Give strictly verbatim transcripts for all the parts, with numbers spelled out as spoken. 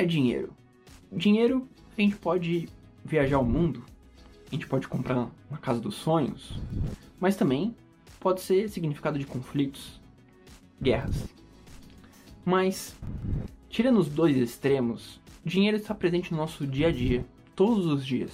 é dinheiro? Dinheiro, a gente pode viajar ao mundo, a gente pode comprar uma casa dos sonhos, mas também pode ser significado de conflitos, guerras. Mas, tirando os dois extremos, dinheiro está presente no nosso dia a dia, todos os dias.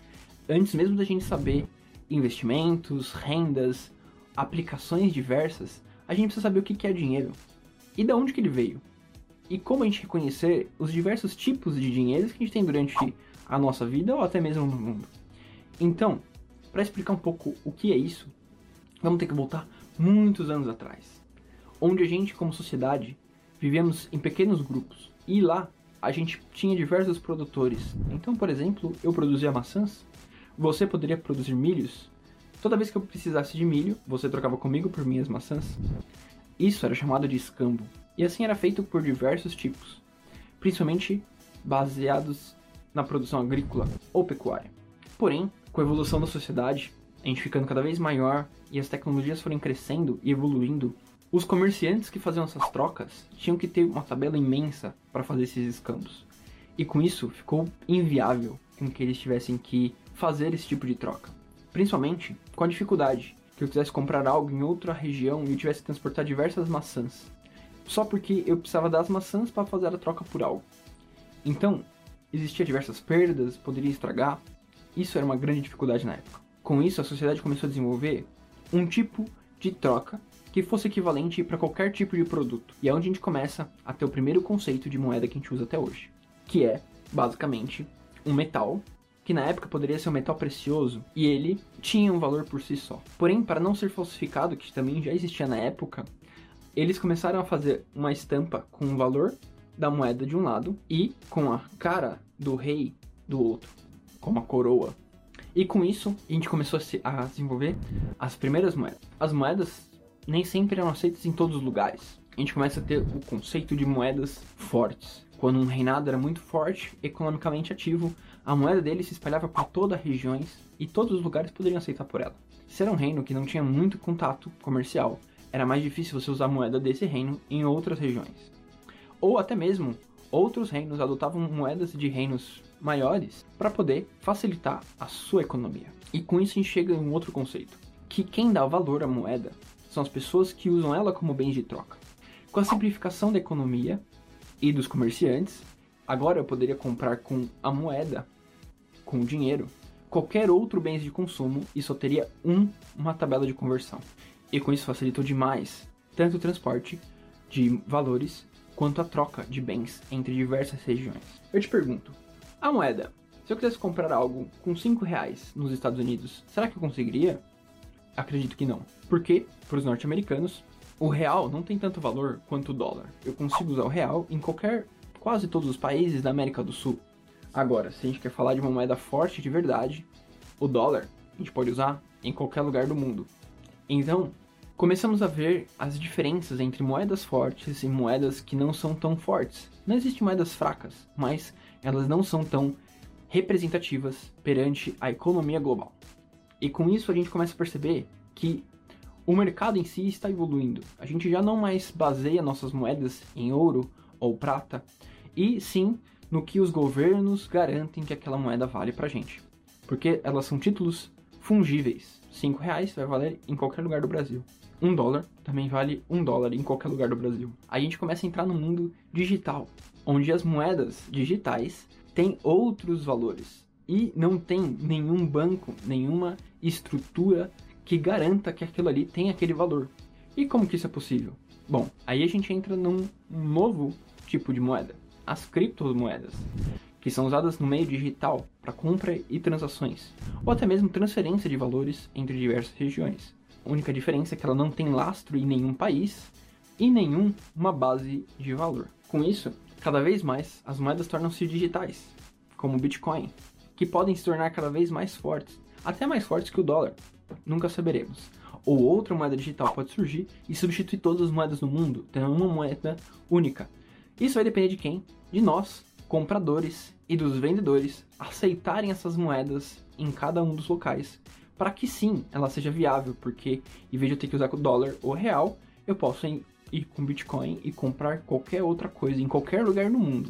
Antes mesmo da gente saber investimentos, rendas, aplicações diversas, a gente precisa saber o que é dinheiro e de onde que ele veio. E como a gente reconhecer os diversos tipos de dinheiros que a gente tem durante a nossa vida ou até mesmo no mundo. Então, para explicar um pouco o que é isso, vamos ter que voltar muitos anos atrás, onde a gente, como sociedade, vivíamos em pequenos grupos. E lá, a gente tinha diversos produtores. Então, por exemplo, eu produzia maçãs, você poderia produzir milhos. Toda vez que eu precisasse de milho, você trocava comigo por minhas maçãs. Isso era chamado de escambo. E assim era feito por diversos tipos, principalmente baseados na produção agrícola ou pecuária. Porém, com a evolução da sociedade, a gente ficando cada vez maior e as tecnologias forem crescendo e evoluindo, os comerciantes que faziam essas trocas tinham que ter uma tabela imensa para fazer esses escambos. E com isso ficou inviável com que eles tivessem que fazer esse tipo de troca. Principalmente com a dificuldade que eu quisesse comprar algo em outra região e eu tivesse que transportar diversas maçãs, só porque eu precisava das maçãs para fazer a troca por algo. Então, existia diversas perdas, poderia estragar. Isso era uma grande dificuldade na época. Com isso, a sociedade começou a desenvolver um tipo de troca que fosse equivalente para qualquer tipo de produto. E é onde a gente começa a ter o primeiro conceito de moeda que a gente usa até hoje, que é, basicamente, um metal, que na época poderia ser um metal precioso, e ele tinha um valor por si só. Porém, para não ser falsificado, que também já existia na época, eles começaram a fazer uma estampa com o valor da moeda de um lado e com a cara do rei do outro, como a coroa. E com isso, a gente começou a, se, a desenvolver as primeiras moedas. As moedas nem sempre eram aceitas em todos os lugares. A gente começa a ter o conceito de moedas fortes. Quando um reinado era muito forte, economicamente ativo, a moeda dele se espalhava por todas as regiões e todos os lugares poderiam aceitar por ela. Se era um reino que não tinha muito contato comercial, era mais difícil você usar a moeda desse reino em outras regiões. Ou até mesmo, outros reinos adotavam moedas de reinos maiores para poder facilitar a sua economia. E com isso a gente chega em um outro conceito, que quem dá valor à moeda são as pessoas que usam ela como bens de troca. Com a simplificação da economia e dos comerciantes, agora eu poderia comprar com a moeda, com o dinheiro, qualquer outro bem de consumo e só teria um, uma tabela de conversão. E com isso facilitou demais tanto o transporte de valores quanto a troca de bens entre diversas regiões. Eu te pergunto, a moeda, se eu quisesse comprar algo com cinco reais nos Estados Unidos, será que eu conseguiria? Acredito que não. Porque, para os norte-americanos, o real não tem tanto valor quanto o dólar. Eu consigo usar o real em qualquer, quase todos os países da América do Sul. Agora, se a gente quer falar de uma moeda forte de verdade, o dólar a gente pode usar em qualquer lugar do mundo. Então, começamos a ver as diferenças entre moedas fortes e moedas que não são tão fortes. Não existem moedas fracas, mas elas não são tão representativas perante a economia global. E com isso a gente começa a perceber que o mercado em si está evoluindo. A gente já não mais baseia nossas moedas em ouro ou prata, e sim no que os governos garantem que aquela moeda vale pra gente. Porque elas são títulos fungíveis. cinco reais vai valer em qualquer lugar do Brasil. Um dólar também vale um dólar em qualquer lugar do Brasil. A gente começa a entrar no mundo digital, onde as moedas digitais têm outros valores. E não tem nenhum banco, nenhuma estrutura que garanta que aquilo ali tem aquele valor. E como que isso é possível? Bom, aí a gente entra num novo tipo de moeda, as criptomoedas, que são usadas no meio digital para compra e transações, ou até mesmo transferência de valores entre diversas regiões. A única diferença é que ela não tem lastro em nenhum país e nenhuma base de valor. Com isso, cada vez mais as moedas tornam-se digitais, como o Bitcoin, que podem se tornar cada vez mais fortes, até mais fortes que o dólar, nunca saberemos. Ou outra moeda digital pode surgir e substituir todas as moedas do mundo, tendo uma moeda única. Isso vai depender de quem? De nós, compradores e dos vendedores, aceitarem essas moedas em cada um dos locais, para que sim, ela seja viável, porque em vez de eu ter que usar o dólar ou real, eu posso ir com Bitcoin e comprar qualquer outra coisa em qualquer lugar no mundo.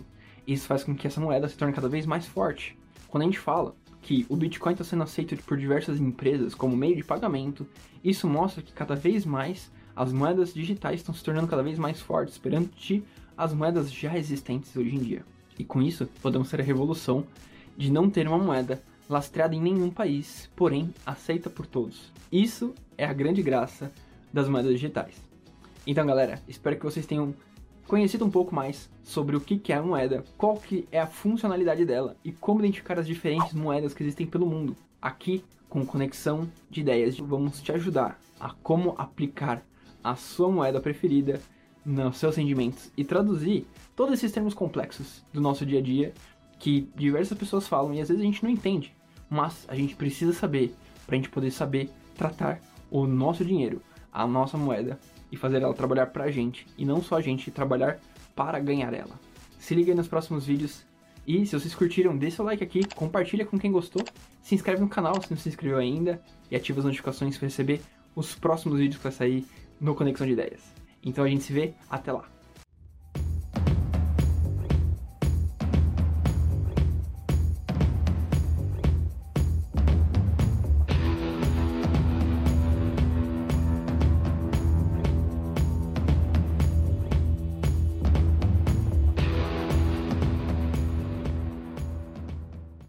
Isso faz com que essa moeda se torne cada vez mais forte. Quando a gente fala que o Bitcoin está sendo aceito por diversas empresas como meio de pagamento, isso mostra que cada vez mais as moedas digitais estão se tornando cada vez mais fortes perante as moedas já existentes hoje em dia. E com isso, podemos ter a revolução de não ter uma moeda lastreada em nenhum país, porém aceita por todos. Isso é a grande graça das moedas digitais. Então, galera, espero que vocês tenham conhecido um pouco mais sobre o que é a moeda, qual que é a funcionalidade dela e como identificar as diferentes moedas que existem pelo mundo. Aqui, com Conexão de Ideias, vamos te ajudar a como aplicar a sua moeda preferida nos seus rendimentos e traduzir todos esses termos complexos do nosso dia a dia que diversas pessoas falam e às vezes a gente não entende, mas a gente precisa saber para a gente poder saber tratar o nosso dinheiro, a nossa moeda e fazer ela trabalhar pra gente e não só a gente trabalhar para ganhar ela. Se liga aí nos próximos vídeos e se vocês curtiram, deixa o like aqui, compartilha com quem gostou, se inscreve no canal se não se inscreveu ainda e ativa as notificações para receber os próximos vídeos que vai sair no Conexão de Ideias. Então a gente se vê, até lá!